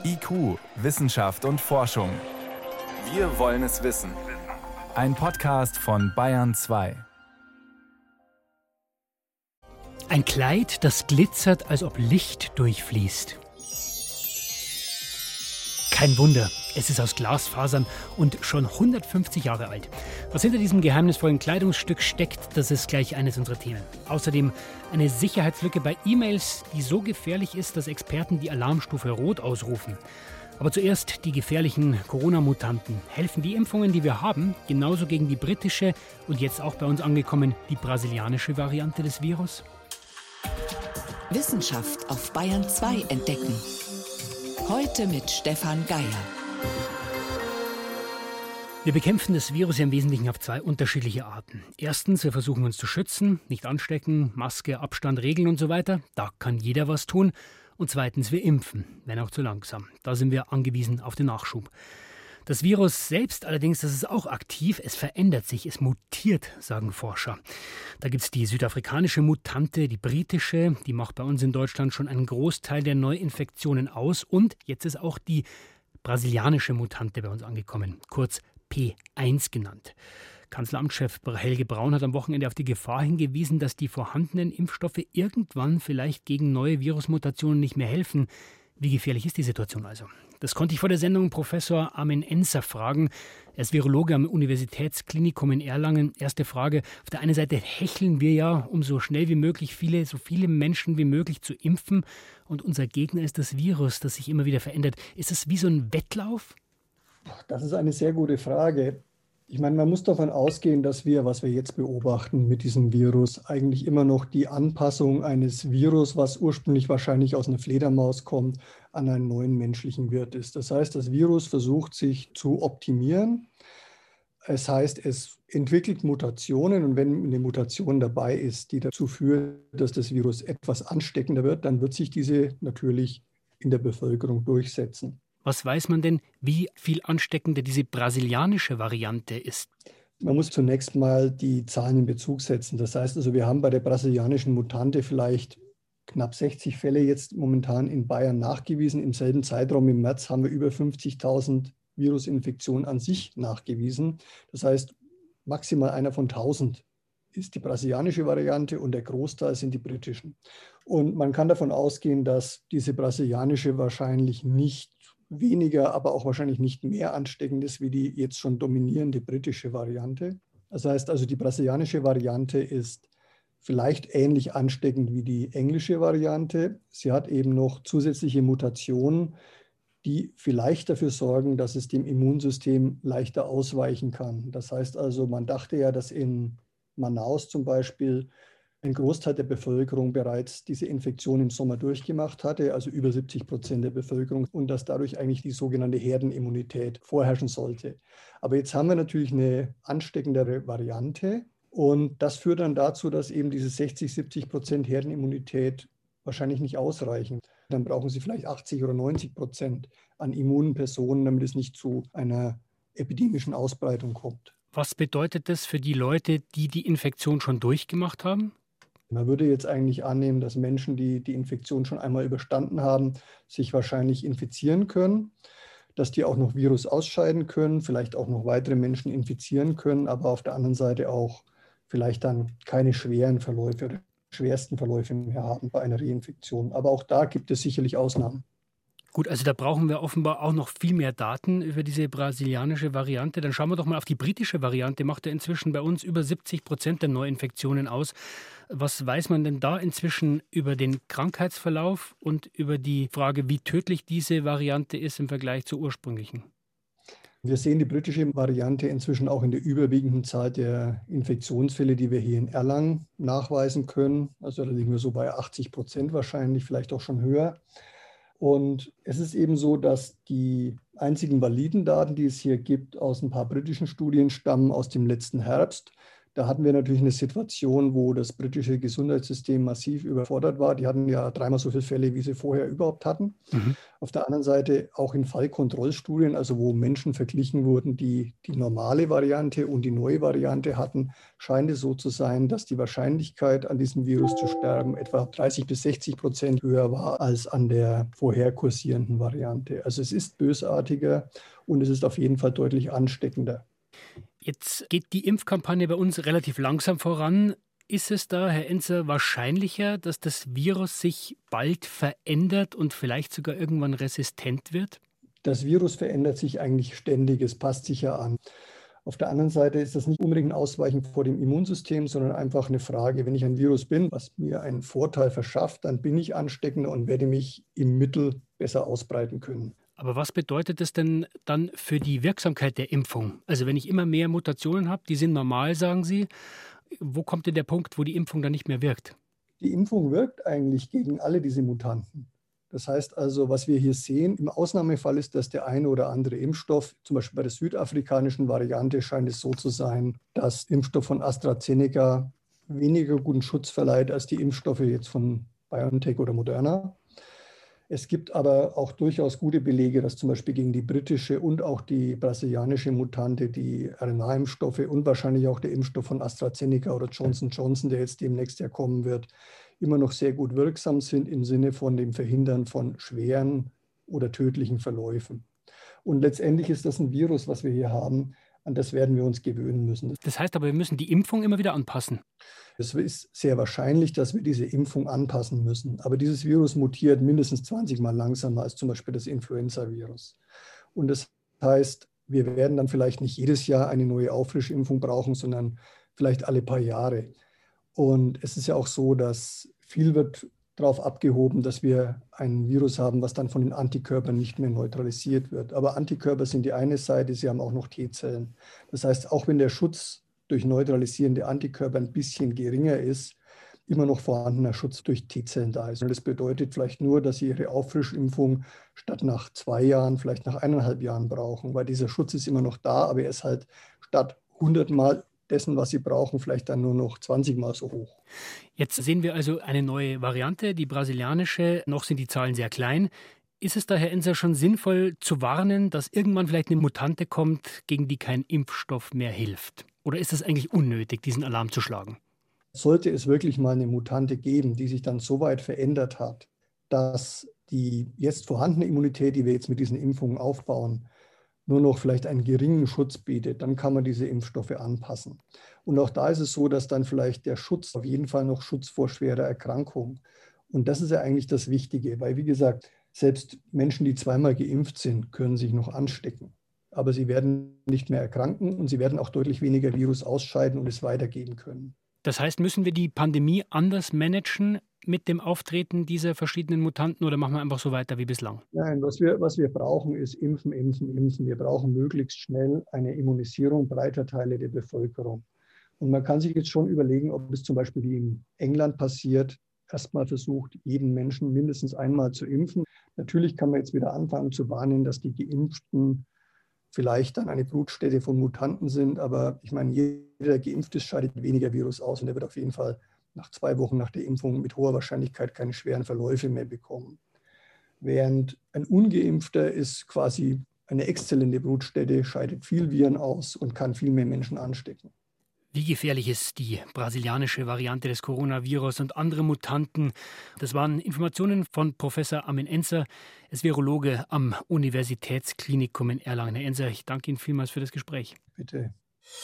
IQ, Wissenschaft und Forschung. Wir wollen es wissen. Ein Podcast von Bayern 2. Ein Kleid, das glitzert, als ob Licht durchfließt. Kein Wunder, es ist aus Glasfasern und schon 150 Jahre alt. Was hinter diesem geheimnisvollen Kleidungsstück steckt, das ist gleich eines unserer Themen. Außerdem eine Sicherheitslücke bei E-Mails, die so gefährlich ist, dass Experten die Alarmstufe Rot ausrufen. Aber zuerst die gefährlichen Corona-Mutanten. Helfen die Impfungen, die wir haben, genauso gegen die britische und jetzt auch bei uns angekommen, die brasilianische Variante des Virus? Wissenschaft auf Bayern 2 entdecken. Heute mit Stefan Geier. Wir bekämpfen das Virus ja im Wesentlichen auf zwei unterschiedliche Arten. Erstens, wir versuchen uns zu schützen, nicht anstecken, Maske, Abstand, Regeln und so weiter. Da kann jeder was tun. Und zweitens, wir impfen, wenn auch zu langsam. Da sind wir angewiesen auf den Nachschub. Das Virus selbst allerdings, das ist auch aktiv. Es verändert sich, es mutiert, sagen Forscher. Da gibt es die südafrikanische Mutante, die britische. Die macht bei uns in Deutschland schon einen Großteil der Neuinfektionen aus. Und jetzt ist auch die brasilianische Mutante bei uns angekommen, kurz P1 genannt. Kanzleramtschef Helge Braun hat am Wochenende auf die Gefahr hingewiesen, dass die vorhandenen Impfstoffe irgendwann vielleicht gegen neue Virusmutationen nicht mehr helfen. Wie gefährlich ist die Situation also? Das konnte ich vor der Sendung Professor Armin Enzer fragen. Er ist Virologe am Universitätsklinikum in Erlangen. Erste Frage. Auf der einen Seite hecheln wir ja, um so schnell wie möglich so viele Menschen wie möglich zu impfen. Und unser Gegner ist das Virus, das sich immer wieder verändert. Ist es wie so ein Wettlauf? Das ist eine sehr gute Frage. Ich meine, man muss davon ausgehen, dass wir, was wir jetzt beobachten mit diesem Virus, eigentlich immer noch die Anpassung eines Virus, was ursprünglich wahrscheinlich aus einer Fledermaus kommt, an einen neuen menschlichen Wirt ist. Das heißt, das Virus versucht sich zu optimieren. Es heißt, es entwickelt Mutationen und wenn eine Mutation dabei ist, die dazu führt, dass das Virus etwas ansteckender wird, dann wird sich diese natürlich in der Bevölkerung durchsetzen. Was weiß man denn, wie viel ansteckender diese brasilianische Variante ist? Man muss zunächst mal die Zahlen in Bezug setzen. Das heißt also, wir haben bei der brasilianischen Mutante vielleicht knapp 60 Fälle jetzt momentan in Bayern nachgewiesen. Im selben Zeitraum im März haben wir über 50.000 Virusinfektionen an sich nachgewiesen. Das heißt, maximal einer von 1.000 ist die brasilianische Variante und der Großteil sind die britischen. Und man kann davon ausgehen, dass diese brasilianische wahrscheinlich nicht weniger, aber auch wahrscheinlich nicht mehr ansteckend ist wie die jetzt schon dominierende britische Variante. Das heißt also, die brasilianische Variante ist vielleicht ähnlich ansteckend wie die englische Variante. Sie hat eben noch zusätzliche Mutationen, die vielleicht dafür sorgen, dass es dem Immunsystem leichter ausweichen kann. Das heißt also, man dachte ja, dass in Manaus zum Beispiel ein Großteil der Bevölkerung bereits diese Infektion im Sommer durchgemacht hatte, also über 70% der Bevölkerung, und dass dadurch eigentlich die sogenannte Herdenimmunität vorherrschen sollte. Aber jetzt haben wir natürlich eine ansteckendere Variante und das führt dann dazu, dass eben diese 60-70% Herdenimmunität wahrscheinlich nicht ausreichen. Dann brauchen Sie vielleicht 80 oder 90% an immunen Personen, damit es nicht zu einer epidemischen Ausbreitung kommt. Was bedeutet das für die Leute, die die Infektion schon durchgemacht haben? Man würde jetzt eigentlich annehmen, dass Menschen, die die Infektion schon einmal überstanden haben, sich wahrscheinlich infizieren können, dass die auch noch Virus ausscheiden können, vielleicht auch noch weitere Menschen infizieren können, aber auf der anderen Seite auch vielleicht dann keine schweren Verläufe oder schwersten Verläufe mehr haben bei einer Reinfektion. Aber auch da gibt es sicherlich Ausnahmen. Gut, also da brauchen wir offenbar auch noch viel mehr Daten über diese brasilianische Variante. Dann schauen wir doch mal auf die britische Variante. Macht ja inzwischen bei uns über 70% der Neuinfektionen aus. Was weiß man denn da inzwischen über den Krankheitsverlauf und über die Frage, wie tödlich diese Variante ist im Vergleich zur ursprünglichen? Wir sehen die britische Variante inzwischen auch in der überwiegenden Zahl der Infektionsfälle, die wir hier in Erlangen nachweisen können. Also da liegen wir so bei 80% wahrscheinlich, vielleicht auch schon höher. Und es ist eben so, dass die einzigen validen Daten, die es hier gibt, aus ein paar britischen Studien stammen aus dem letzten Herbst. Da hatten wir natürlich eine Situation, wo das britische Gesundheitssystem massiv überfordert war. Die hatten ja 3-mal so viele Fälle, wie sie vorher überhaupt hatten. Auf der anderen Seite auch in Fallkontrollstudien, also wo Menschen verglichen wurden, die die normale Variante und die neue Variante hatten, scheint es so zu sein, dass die Wahrscheinlichkeit, an diesem Virus zu sterben, etwa 30-60% höher war als an der vorher kursierenden Variante. Also es ist bösartiger und es ist auf jeden Fall deutlich ansteckender. Jetzt geht die Impfkampagne bei uns relativ langsam voran. Ist es da, Herr Enzer, wahrscheinlicher, dass das Virus sich bald verändert und vielleicht sogar irgendwann resistent wird? Das Virus verändert sich eigentlich ständig, es passt sich ja an. Auf der anderen Seite ist das nicht unbedingt ein Ausweichen vor dem Immunsystem, sondern einfach eine Frage, wenn ich ein Virus bin, was mir einen Vorteil verschafft, dann bin ich ansteckender und werde mich im Mittel besser ausbreiten können. Aber was bedeutet das denn dann für die Wirksamkeit der Impfung? Also wenn ich immer mehr Mutationen habe, die sind normal, sagen Sie, wo kommt denn der Punkt, wo die Impfung dann nicht mehr wirkt? Die Impfung wirkt eigentlich gegen alle diese Mutanten. Das heißt also, was wir hier sehen, im Ausnahmefall ist, dass der eine oder andere Impfstoff, zum Beispiel bei der südafrikanischen Variante scheint es so zu sein, dass Impfstoff von AstraZeneca weniger guten Schutz verleiht als die Impfstoffe jetzt von BioNTech oder Moderna. Es gibt aber auch durchaus gute Belege, dass zum Beispiel gegen die britische und auch die brasilianische Mutante die RNA-Impfstoffe und wahrscheinlich auch der Impfstoff von AstraZeneca oder Johnson & Johnson, der jetzt demnächst ja kommen wird, immer noch sehr gut wirksam sind im Sinne von dem Verhindern von schweren oder tödlichen Verläufen. Und letztendlich ist das ein Virus, was wir hier haben, an das werden wir uns gewöhnen müssen. Das heißt aber, wir müssen die Impfung immer wieder anpassen. Es ist sehr wahrscheinlich, dass wir diese Impfung anpassen müssen. Aber dieses Virus mutiert mindestens 20 Mal langsamer als zum Beispiel das Influenza-Virus. Und das heißt, wir werden dann vielleicht nicht jedes Jahr eine neue Auffrischimpfung brauchen, sondern vielleicht alle paar Jahre. Und es ist ja auch so, dass viel wird darauf abgehoben, dass wir ein Virus haben, was dann von den Antikörpern nicht mehr neutralisiert wird. Aber Antikörper sind die eine Seite, sie haben auch noch T-Zellen. Das heißt, auch wenn der Schutz durch neutralisierende Antikörper ein bisschen geringer ist, immer noch vorhandener Schutz durch T-Zellen da ist. Und das bedeutet vielleicht nur, dass Sie Ihre Auffrischimpfung statt nach 2 Jahren vielleicht nach 1,5 Jahren brauchen, weil dieser Schutz ist immer noch da, aber er ist halt statt 100 Mal dessen, was Sie brauchen, vielleicht dann nur noch 20 Mal so hoch. Jetzt sehen wir also eine neue Variante, die brasilianische. Noch sind die Zahlen sehr klein. Ist es da, Herr Enzer, schon sinnvoll zu warnen, dass irgendwann vielleicht eine Mutante kommt, gegen die kein Impfstoff mehr hilft? Oder ist es eigentlich unnötig, diesen Alarm zu schlagen? Sollte es wirklich mal eine Mutante geben, die sich dann so weit verändert hat, dass die jetzt vorhandene Immunität, die wir jetzt mit diesen Impfungen aufbauen, nur noch vielleicht einen geringen Schutz bietet, dann kann man diese Impfstoffe anpassen. Und auch da ist es so, dass dann vielleicht der Schutz, auf jeden Fall noch Schutz vor schwerer Erkrankung. Und das ist ja eigentlich das Wichtige, weil wie gesagt, selbst Menschen, die 2-mal geimpft sind, können sich noch anstecken. Aber sie werden nicht mehr erkranken und sie werden auch deutlich weniger Virus ausscheiden und es weitergeben können. Das heißt, müssen wir die Pandemie anders managen mit dem Auftreten dieser verschiedenen Mutanten oder machen wir einfach so weiter wie bislang? Nein, was wir brauchen, ist impfen, impfen, impfen. Wir brauchen möglichst schnell eine Immunisierung breiter Teile der Bevölkerung. Und man kann sich jetzt schon überlegen, ob es zum Beispiel wie in England passiert, erstmal versucht, jeden Menschen mindestens einmal zu impfen. Natürlich kann man jetzt wieder anfangen zu warnen, dass die Geimpften vielleicht dann eine Brutstätte von Mutanten sind. Aber ich meine, jeder, der geimpft ist, scheidet weniger Virus aus und der wird auf jeden Fall nach 2 Wochen nach der Impfung mit hoher Wahrscheinlichkeit keine schweren Verläufe mehr bekommen. Während ein Ungeimpfter ist quasi eine exzellente Brutstätte, scheidet viel Viren aus und kann viel mehr Menschen anstecken. Wie gefährlich ist die brasilianische Variante des Coronavirus und andere Mutanten? Das waren Informationen von Professor Armin Enzer, er ist Virologe am Universitätsklinikum in Erlangen. Herr Enzer, ich danke Ihnen vielmals für das Gespräch. Bitte.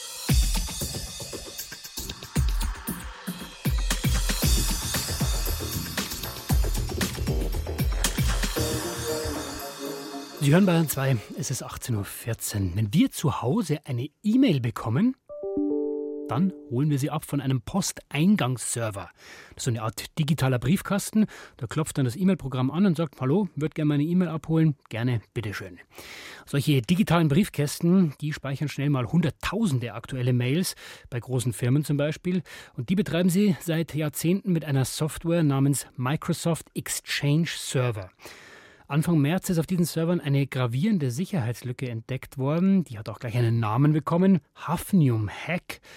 Sie hören Bayern 2, es ist 18.14 Uhr. Wenn wir zu Hause eine E-Mail bekommen, dann holen wir sie ab von einem Posteingangsserver. Das ist so eine Art digitaler Briefkasten. Da klopft dann das E-Mail-Programm an und sagt, hallo, würde gerne meine E-Mail abholen. Gerne, bitteschön. Solche digitalen Briefkästen, die speichern schnell mal hunderttausende aktuelle Mails, bei großen Firmen zum Beispiel. Und die betreiben sie seit Jahrzehnten mit einer Software namens Microsoft Exchange Server. Anfang März ist auf diesen Servern eine gravierende Sicherheitslücke entdeckt worden. Die hat auch gleich einen Namen bekommen, Hafnium Hack.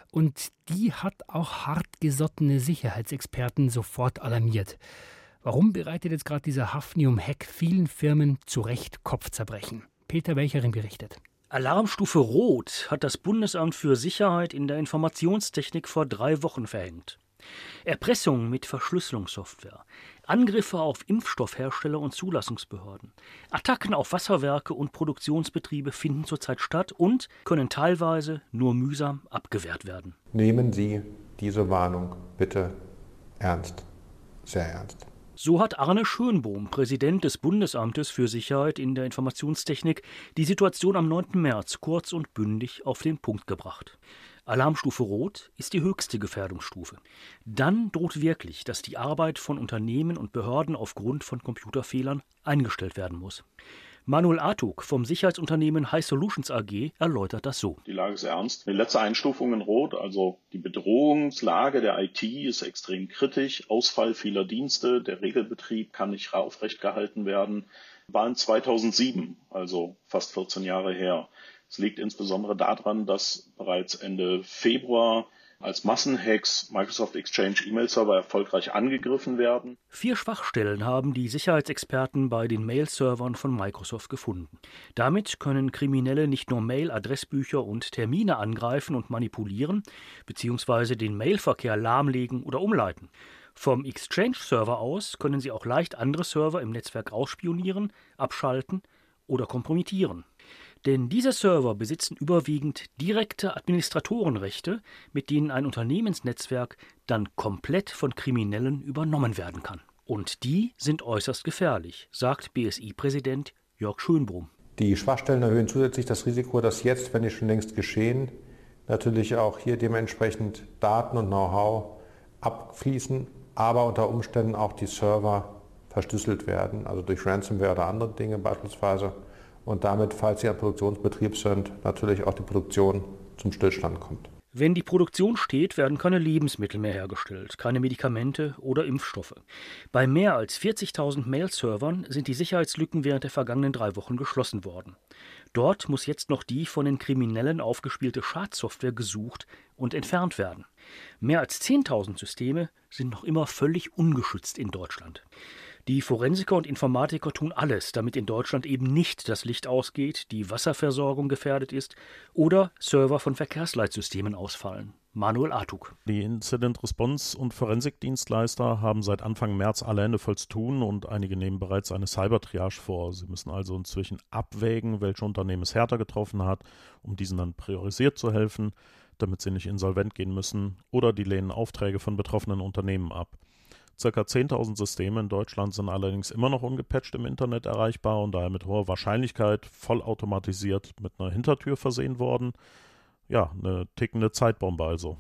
Und die hat auch hartgesottene Sicherheitsexperten sofort alarmiert. Warum bereitet jetzt gerade dieser Hafnium-Hack vielen Firmen zu Recht Kopfzerbrechen? Peter Welcherin berichtet. Alarmstufe Rot hat das Bundesamt für Sicherheit in der Informationstechnik vor 3 Wochen verhängt. Erpressung mit Verschlüsselungssoftware, Angriffe auf Impfstoffhersteller und Zulassungsbehörden, Attacken auf Wasserwerke und Produktionsbetriebe finden zurzeit statt und können teilweise nur mühsam abgewehrt werden. Nehmen Sie diese Warnung bitte ernst, sehr ernst. So hat Arne Schönbohm, Präsident des Bundesamtes für Sicherheit in der Informationstechnik, die Situation am 9. März kurz und bündig auf den Punkt gebracht. Alarmstufe Rot ist die höchste Gefährdungsstufe. Dann droht wirklich, dass die Arbeit von Unternehmen und Behörden aufgrund von Computerfehlern eingestellt werden muss. Manuel Artuk vom Sicherheitsunternehmen High Solutions AG erläutert das so. Die Lage ist ernst. Die letzte Einstufung in Rot, also die Bedrohungslage der IT ist extrem kritisch. Ausfall vieler Dienste, der Regelbetrieb kann nicht aufrecht gehalten werden. War in 2007, also fast 14 Jahre her. Es liegt insbesondere daran, dass bereits Ende Februar als Massenhacks Microsoft Exchange E-Mail-Server erfolgreich angegriffen werden. 4 Schwachstellen haben die Sicherheitsexperten bei den Mail-Servern von Microsoft gefunden. Damit können Kriminelle nicht nur Mail-Adressbücher und Termine angreifen und manipulieren, beziehungsweise den Mailverkehr lahmlegen oder umleiten. Vom Exchange-Server aus können sie auch leicht andere Server im Netzwerk ausspionieren, abschalten oder kompromittieren. Denn diese Server besitzen überwiegend direkte Administratorenrechte, mit denen ein Unternehmensnetzwerk dann komplett von Kriminellen übernommen werden kann. Und die sind äußerst gefährlich, sagt BSI-Präsident Jörg Schönbohm. Die Schwachstellen erhöhen zusätzlich das Risiko, dass jetzt, wenn nicht schon längst geschehen, natürlich auch hier dementsprechend Daten und Know-how abfließen, aber unter Umständen auch die Server verschlüsselt werden, also durch Ransomware oder andere Dinge beispielsweise. Und damit, falls Sie ein Produktionsbetrieb sind, natürlich auch die Produktion zum Stillstand kommt. Wenn die Produktion steht, werden keine Lebensmittel mehr hergestellt, keine Medikamente oder Impfstoffe. Bei mehr als 40.000 Mail-Servern sind die Sicherheitslücken während der vergangenen 3 Wochen geschlossen worden. Dort muss jetzt noch die von den Kriminellen aufgespielte Schadsoftware gesucht und entfernt werden. Mehr als 10.000 Systeme sind noch immer völlig ungeschützt in Deutschland. Die Forensiker und Informatiker tun alles, damit in Deutschland eben nicht das Licht ausgeht, die Wasserversorgung gefährdet ist oder Server von Verkehrsleitsystemen ausfallen. Manuel Artuk. Die Incident Response und Forensikdienstleister haben seit Anfang März alle Hände voll zu tun und einige nehmen bereits eine Cybertriage vor. Sie müssen also inzwischen abwägen, welche Unternehmen es härter getroffen hat, um diesen dann priorisiert zu helfen, damit sie nicht insolvent gehen müssen, oder die lehnen Aufträge von betroffenen Unternehmen ab. Circa 10.000 Systeme in Deutschland sind allerdings immer noch ungepatcht im Internet erreichbar und daher mit hoher Wahrscheinlichkeit vollautomatisiert mit einer Hintertür versehen worden. Ja, eine tickende Zeitbombe also.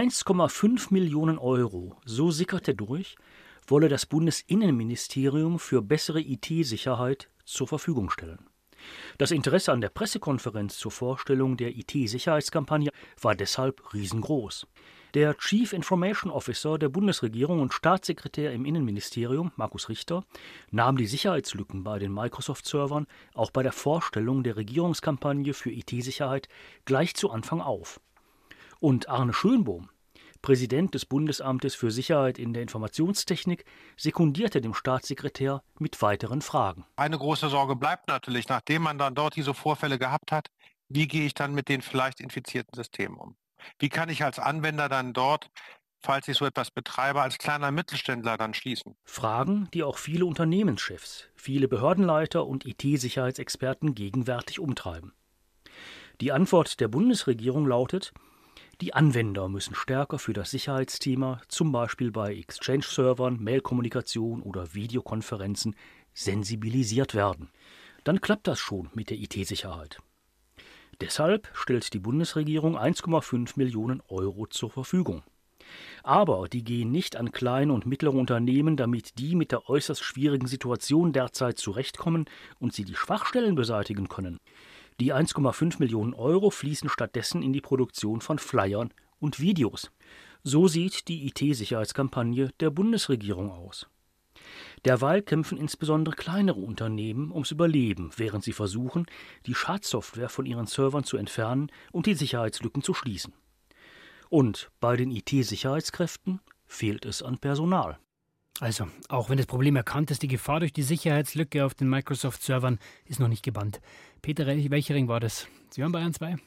1,5 Millionen Euro, so sickerte durch, wolle das Bundesinnenministerium für bessere IT-Sicherheit zur Verfügung stellen. Das Interesse an der Pressekonferenz zur Vorstellung der IT-Sicherheitskampagne war deshalb riesengroß. Der Chief Information Officer der Bundesregierung und Staatssekretär im Innenministerium, Markus Richter, nahm die Sicherheitslücken bei den Microsoft-Servern auch bei der Vorstellung der Regierungskampagne für IT-Sicherheit gleich zu Anfang auf. Und Arne Schönbohm, Präsident des Bundesamtes für Sicherheit in der Informationstechnik, sekundierte dem Staatssekretär mit weiteren Fragen. Eine große Sorge bleibt natürlich, nachdem man dann dort diese Vorfälle gehabt hat, wie gehe ich dann mit den vielleicht infizierten Systemen um? Wie kann ich als Anwender dann dort, falls ich so etwas betreibe, als kleiner Mittelständler dann schließen? Fragen, die auch viele Unternehmenschefs, viele Behördenleiter und IT-Sicherheitsexperten gegenwärtig umtreiben. Die Antwort der Bundesregierung lautet: Die Anwender müssen stärker für das Sicherheitsthema, zum Beispiel bei Exchange-Servern, Mailkommunikation oder Videokonferenzen, sensibilisiert werden. Dann klappt das schon mit der IT-Sicherheit. Deshalb stellt die Bundesregierung 1,5 Millionen Euro zur Verfügung. Aber die gehen nicht an kleine und mittlere Unternehmen, damit die mit der äußerst schwierigen Situation derzeit zurechtkommen und sie die Schwachstellen beseitigen können. Die 1,5 Millionen Euro fließen stattdessen in die Produktion von Flyern und Videos. So sieht die IT-Sicherheitskampagne der Bundesregierung aus. Derweil kämpfen insbesondere kleinere Unternehmen ums Überleben, während sie versuchen, die Schadsoftware von ihren Servern zu entfernen und die Sicherheitslücken zu schließen. Und bei den IT-Sicherheitskräften fehlt es an Personal. Also, auch wenn das Problem erkannt ist, die Gefahr durch die Sicherheitslücke auf den Microsoft-Servern ist noch nicht gebannt. Peter Welchering war das. Sie hören Bayern 2.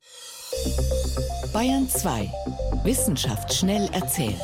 Bayern 2. Wissenschaft schnell erzählt.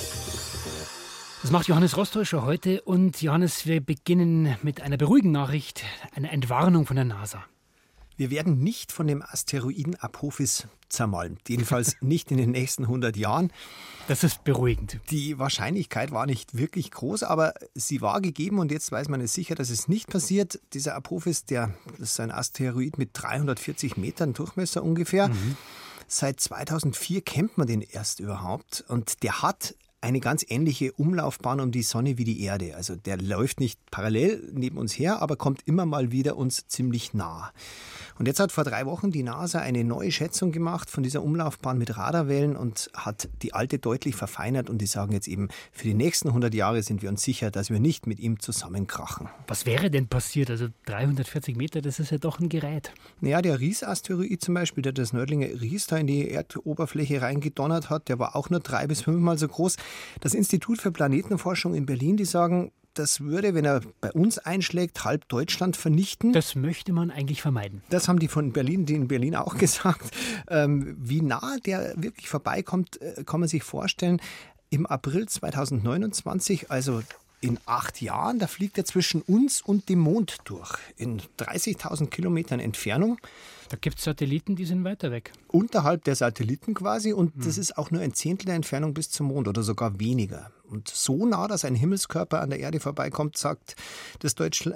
Das macht Johannes Rostäuscher heute. Und Johannes, wir beginnen mit einer beruhigenden Nachricht, einer Entwarnung von der NASA. Wir werden nicht von dem Asteroiden Apophis zermalmt. Jedenfalls nicht in den nächsten 100 Jahren. Das ist beruhigend. Die Wahrscheinlichkeit war nicht wirklich groß, aber sie war gegeben und jetzt weiß man es sicher, dass es nicht passiert. Dieser Apophis, das ist ein Asteroid mit 340 Metern Durchmesser ungefähr. Seit 2004 kennt man den erst überhaupt und der hat eine ganz ähnliche Umlaufbahn um die Sonne wie die Erde. Also der läuft nicht parallel neben uns her, aber kommt immer mal wieder uns ziemlich nah. Und jetzt hat vor 3 Wochen die NASA eine neue Schätzung gemacht von dieser Umlaufbahn mit Radarwellen und hat die alte deutlich verfeinert. Und die sagen jetzt eben, für die nächsten 100 Jahre sind wir uns sicher, dass wir nicht mit ihm zusammenkrachen. Was wäre denn passiert? Also 340 Meter, das ist ja doch ein Gerät. Naja, der Ries-Asteroid zum Beispiel, der das Nördlinger Ries da in die Erdoberfläche reingedonnert hat, der war auch nur 3 bis 5 Mal so groß. Das Institut für Planetenforschung in Berlin, die sagen, das würde, wenn er bei uns einschlägt, halb Deutschland vernichten. Das möchte man eigentlich vermeiden. Das haben die in Berlin auch gesagt. Wie nah der wirklich vorbeikommt, kann man sich vorstellen. Im April 2029, also in 8 Jahren, da fliegt er zwischen uns und dem Mond durch. In 30.000 Kilometern Entfernung. Da gibt es Satelliten, die sind weiter weg. Unterhalb der Satelliten quasi und das ist auch nur ein Zehntel der Entfernung bis zum Mond oder sogar weniger. Und so nah, dass ein Himmelskörper an der Erde vorbeikommt, sagt das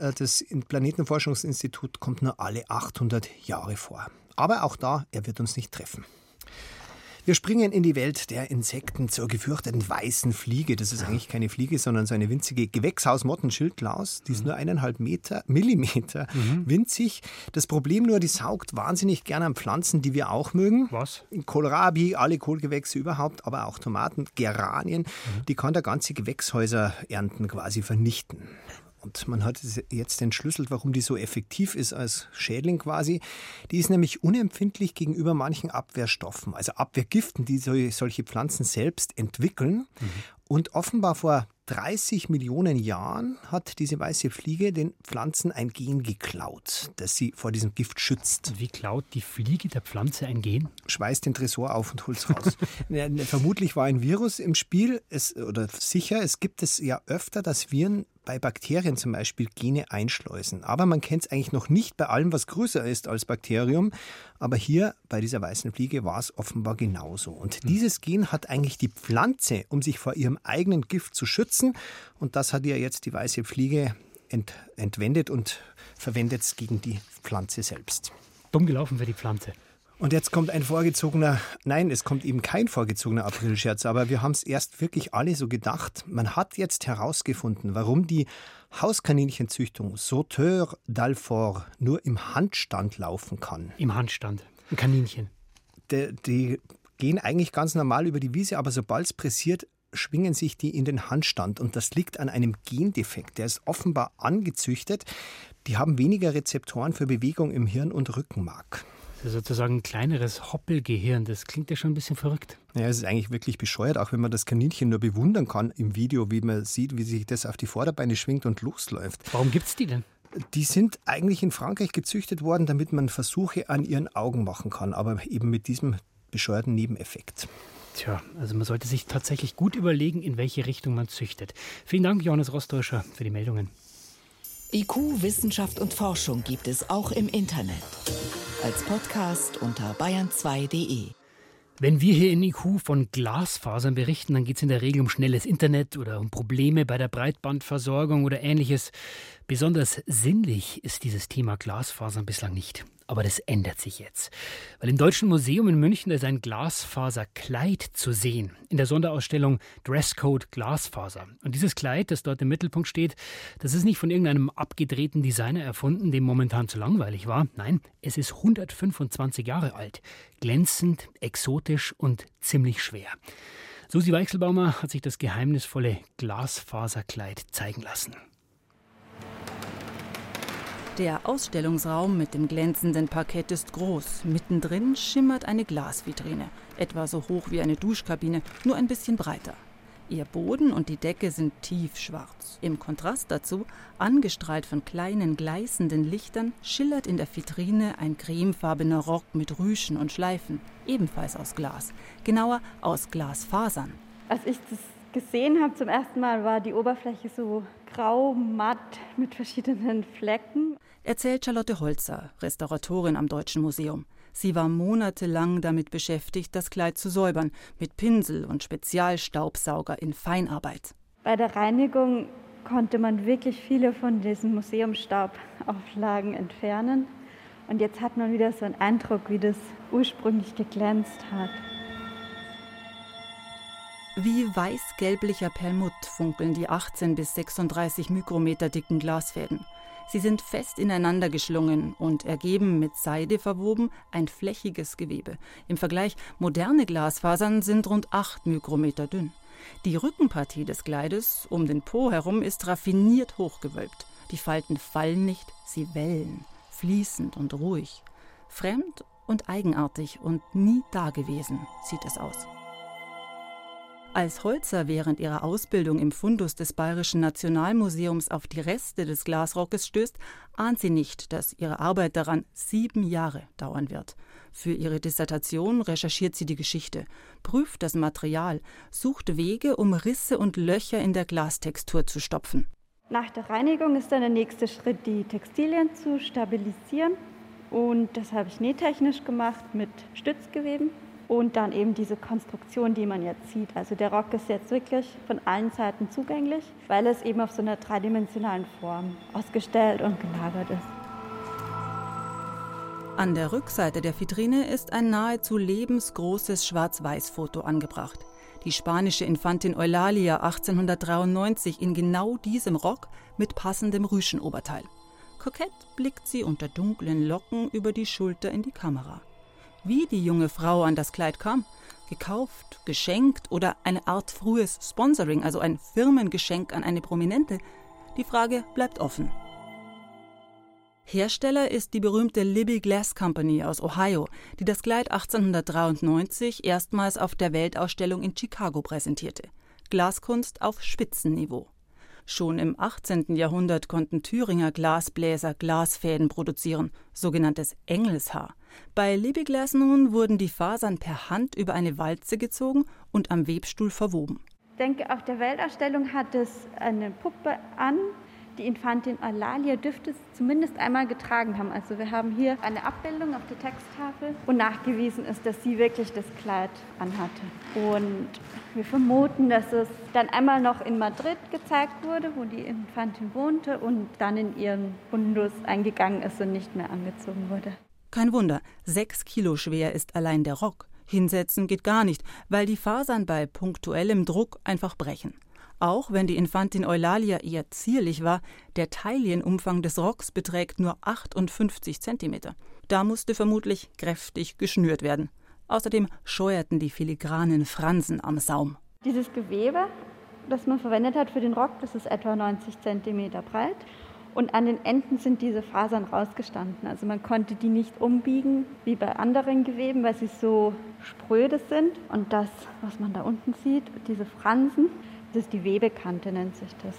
Planetenforschungsinstitut, kommt nur alle 800 Jahre vor. Aber auch da, er wird uns nicht treffen. Wir springen in die Welt der Insekten zur gefürchteten weißen Fliege. Das ist eigentlich keine Fliege, sondern so eine winzige Gewächshausmottenschildklaus. Die ist nur 1,5 Millimeter winzig. Das Problem nur, die saugt wahnsinnig gerne an Pflanzen, die wir auch mögen. Was? Kohlrabi, alle Kohlgewächse überhaupt, aber auch Tomaten, Geranien. Die kann da ganze Gewächshäuser ernten, quasi vernichten. Und man hat jetzt entschlüsselt, warum die so effektiv ist als Schädling quasi. Die ist nämlich unempfindlich gegenüber manchen Abwehrstoffen, also Abwehrgiften, die solche Pflanzen selbst entwickeln. Und offenbar vor 30 Millionen Jahren hat diese weiße Fliege den Pflanzen ein Gen geklaut, das sie vor diesem Gift schützt. Wie klaut die Fliege der Pflanze ein Gen? Schweißt den Tresor auf und holt es raus. Vermutlich war ein Virus im Spiel, es gibt es ja öfter, dass Viren bei Bakterien zum Beispiel Gene einschleusen. Aber man kennt es eigentlich noch nicht bei allem, was größer ist als Bakterium. Aber hier bei dieser weißen Fliege war es offenbar genauso. Und dieses Gen hat eigentlich die Pflanze, um sich vor ihrem eigenen Gift zu schützen. Und das hat ja jetzt die weiße Fliege entwendet und verwendet es gegen die Pflanze selbst. Dumm gelaufen für die Pflanze. Und jetzt kommt es kommt eben kein vorgezogener Aprilscherz, aber wir haben es erst wirklich alle so gedacht. Man hat jetzt herausgefunden, warum die Hauskaninchenzüchtung Sauteur d'Alfort nur im Handstand laufen kann. Im Handstand, ein Kaninchen. Die gehen eigentlich ganz normal über die Wiese, aber sobald es pressiert, schwingen sich die in den Handstand. Und das liegt an einem Gendefekt, der ist offenbar angezüchtet. Die haben weniger Rezeptoren für Bewegung im Hirn und Rückenmark. Das ist sozusagen ein kleineres Hoppelgehirn. Das klingt ja schon ein bisschen verrückt. Ja, es ist eigentlich wirklich bescheuert, auch wenn man das Kaninchen nur bewundern kann im Video, wie man sieht, wie sich das auf die Vorderbeine schwingt und losläuft. Warum gibt's die denn? Die sind eigentlich in Frankreich gezüchtet worden, damit man Versuche an ihren Augen machen kann, aber eben mit diesem bescheuerten Nebeneffekt. Tja, also man sollte sich tatsächlich gut überlegen, in welche Richtung man züchtet. Vielen Dank, Johannes Rostäuscher, für die Meldungen. IQ, Wissenschaft und Forschung gibt es auch im Internet. Als Podcast unter bayern2.de. Wenn wir hier in IQ von Glasfasern berichten, dann geht es in der Regel um schnelles Internet oder um Probleme bei der Breitbandversorgung oder Ähnliches. Besonders sinnlich ist dieses Thema Glasfasern bislang nicht. Aber das ändert sich jetzt. Weil im Deutschen Museum in München ist ein Glasfaserkleid zu sehen. In der Sonderausstellung Dresscode Glasfaser. Und dieses Kleid, das dort im Mittelpunkt steht, das ist nicht von irgendeinem abgedrehten Designer erfunden, dem momentan zu langweilig war. Nein, es ist 125 Jahre alt. Glänzend, exotisch und ziemlich schwer. Susi Weichselbaumer hat sich das geheimnisvolle Glasfaserkleid zeigen lassen. Der Ausstellungsraum mit dem glänzenden Parkett ist groß. Mittendrin schimmert eine Glasvitrine, etwa so hoch wie eine Duschkabine, nur ein bisschen breiter. Ihr Boden und die Decke sind tiefschwarz. Im Kontrast dazu, angestrahlt von kleinen gleißenden Lichtern, schillert in der Vitrine ein cremefarbener Rock mit Rüschen und Schleifen, ebenfalls aus Glas, genauer aus Glasfasern. Als ich das gesehen habe zum ersten Mal, war die Oberfläche so grau, matt mit verschiedenen Flecken. Erzählt Charlotte Holzer, Restauratorin am Deutschen Museum. Sie war monatelang damit beschäftigt, das Kleid zu säubern, mit Pinsel und Spezialstaubsauger in Feinarbeit. Bei der Reinigung konnte man wirklich viele von diesen Museumstaubauflagen entfernen. Und jetzt hat man wieder so einen Eindruck, wie das ursprünglich geglänzt hat. Wie weiß-gelblicher Perlmutt funkeln die 18 bis 36 Mikrometer dicken Glasfäden. Sie sind fest ineinander geschlungen und ergeben mit Seide verwoben ein flächiges Gewebe. Im Vergleich, moderne Glasfasern sind rund 8 Mikrometer dünn. Die Rückenpartie des Kleides um den Po herum ist raffiniert hochgewölbt. Die Falten fallen nicht, sie wellen, fließend und ruhig. Fremd und eigenartig und nie dagewesen sieht es aus. Als Holzer während ihrer Ausbildung im Fundus des Bayerischen Nationalmuseums auf die Reste des Glasrockes stößt, ahnt sie nicht, dass ihre Arbeit daran 7 Jahre dauern wird. Für ihre Dissertation recherchiert sie die Geschichte, prüft das Material, sucht Wege, um Risse und Löcher in der Glastextur zu stopfen. Nach der Reinigung ist dann der nächste Schritt, die Textilien zu stabilisieren. Und das habe ich nähtechnisch gemacht mit Stützgeweben. Und dann eben diese Konstruktion, die man jetzt sieht. Also der Rock ist jetzt wirklich von allen Seiten zugänglich, weil es eben auf so einer dreidimensionalen Form ausgestellt und gelagert ist. An der Rückseite der Vitrine ist ein nahezu lebensgroßes Schwarz-Weiß-Foto angebracht. Die spanische Infantin Eulalia 1893 in genau diesem Rock mit passendem Rüschenoberteil. Kokett blickt sie unter dunklen Locken über die Schulter in die Kamera. Wie die junge Frau an das Kleid kam, gekauft, geschenkt oder eine Art frühes Sponsoring, also ein Firmengeschenk an eine Prominente, die Frage bleibt offen. Hersteller ist die berühmte Libby Glass Company aus Ohio, die das Kleid 1893 erstmals auf der Weltausstellung in Chicago präsentierte. Glaskunst auf Spitzenniveau. Schon im 18. Jahrhundert konnten Thüringer Glasbläser Glasfäden produzieren, sogenanntes Engelshaar. Bei Libby Glass nun wurden die Fasern per Hand über eine Walze gezogen und am Webstuhl verwoben. Ich denke, auf der Weltausstellung hat es eine Puppe an. Die Infantin Eulalia dürfte es zumindest einmal getragen haben. Also wir haben hier eine Abbildung auf der Texttafel, wo nachgewiesen ist, dass sie wirklich das Kleid anhatte. Und wir vermuten, dass es dann einmal noch in Madrid gezeigt wurde, wo die Infantin wohnte und dann in ihren Fundus eingegangen ist und nicht mehr angezogen wurde. Kein Wunder, 6 Kilo schwer ist allein der Rock. Hinsetzen geht gar nicht, weil die Fasern bei punktuellem Druck einfach brechen. Auch wenn die Infantin Eulalia eher zierlich war, der Taillenumfang des Rocks beträgt nur 58 cm. Da musste vermutlich kräftig geschnürt werden. Außerdem scheuerten die filigranen Fransen am Saum. Dieses Gewebe, das man verwendet hat für den Rock, das ist etwa 90 cm breit. Und an den Enden sind diese Fasern rausgestanden. Also man konnte die nicht umbiegen wie bei anderen Geweben, weil sie so spröde sind. Und das, was man da unten sieht, diese Fransen, das ist die Webekante, nennt sich das.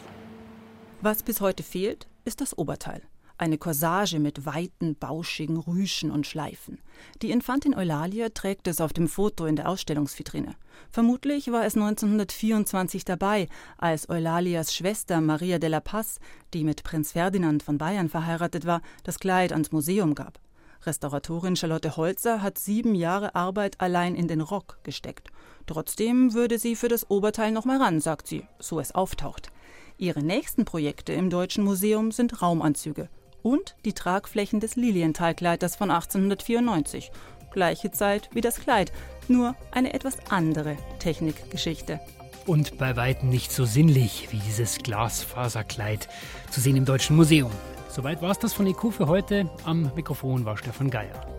Was bis heute fehlt, ist das Oberteil. Eine Corsage mit weiten, bauschigen Rüschen und Schleifen. Die Infantin Eulalia trägt es auf dem Foto in der Ausstellungsvitrine. Vermutlich war es 1924 dabei, als Eulalias Schwester Maria de la Paz, die mit Prinz Ferdinand von Bayern verheiratet war, das Kleid ans Museum gab. Restauratorin Charlotte Holzer hat 7 Jahre Arbeit allein in den Rock gesteckt. Trotzdem würde sie für das Oberteil noch mal ran, sagt sie, so es auftaucht. Ihre nächsten Projekte im Deutschen Museum sind Raumanzüge und die Tragflächen des Lilienthal-Kleiders von 1894. Gleiche Zeit wie das Kleid, nur eine etwas andere Technikgeschichte. Und bei weitem nicht so sinnlich wie dieses Glasfaserkleid zu sehen im Deutschen Museum. Soweit war es das von IQ für heute. Am Mikrofon war Stefan Geier.